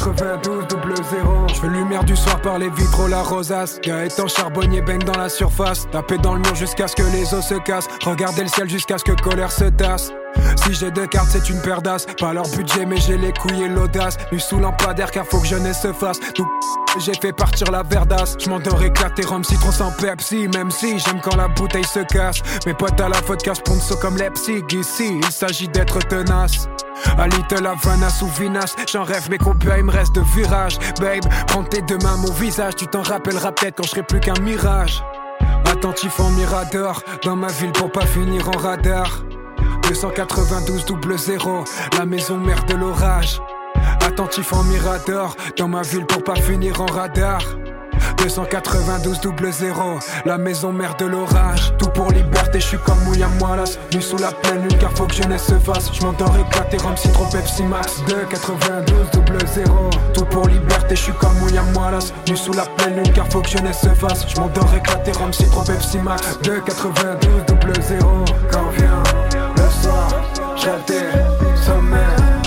92 00. Je fais lumière du soir par les vitraux, la rosace. Gaëtan charbonnier baigne dans la surface. Taper dans le mur jusqu'à ce que les os se cassent. Regarder le ciel jusqu'à ce que colère se tasse. Si j'ai 2 cartes c'est une paire d'as. Pas leur budget mais j'ai les couilles et l'audace. Nu sous lampadaire car faut que jeunesse se fasse. Tout j'ai fait partir la verdasse. J'm'endors éclaté rhum citron sans Pepsi. Même si j'aime quand la bouteille se casse. Mes potes à la vodka sponsor comme Leipzig. Ici il s'agit d'être tenace. A Little Havana sous Vinas. J'en rêve mais combien il me reste de virages. Babe, prends tes 2 mains mon visage. Tu t'en rappelleras peut-être quand je serai plus qu'un mirage. Attentif en mirador. Dans ma ville pour pas finir en radar. 292 00, la maison mère de l'orage. Attentif en mirador, dans ma ville pour pas finir en radar. 292 00, la maison mère de l'orage. Tout pour liberté, je suis comme William Wallace. Nu sous la pleine lune car faut que jeunesse se fasse. Je m'endors éclaté, rhum citron Pepsi Max. 292 00, tout pour liberté, je suis comme William Wallace. Nu sous la pleine lune car faut que jeunesse se fasse. Je m'endors éclaté, rhum citron Pepsi Max. 292 00, quand vient le soir, j'ai des sommets.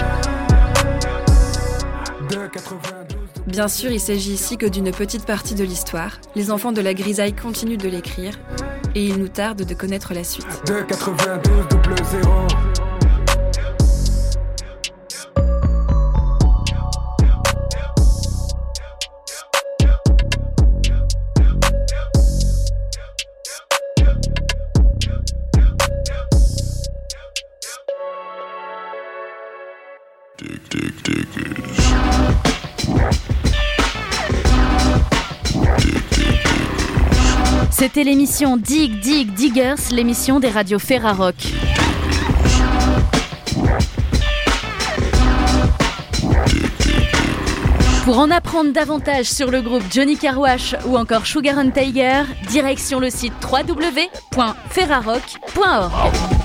Bien sûr, il s'agit ici que d'une petite partie de l'histoire. Les enfants de la grisaille continuent de l'écrire et il nous tarde de connaître la suite. 292 00. C'était l'émission Dig Dig Diggers, l'émission des radios Ferrarock. Pour en apprendre davantage sur le groupe Johnny Carwash ou encore Sugar and Tiger, direction le site www.ferrarock.org.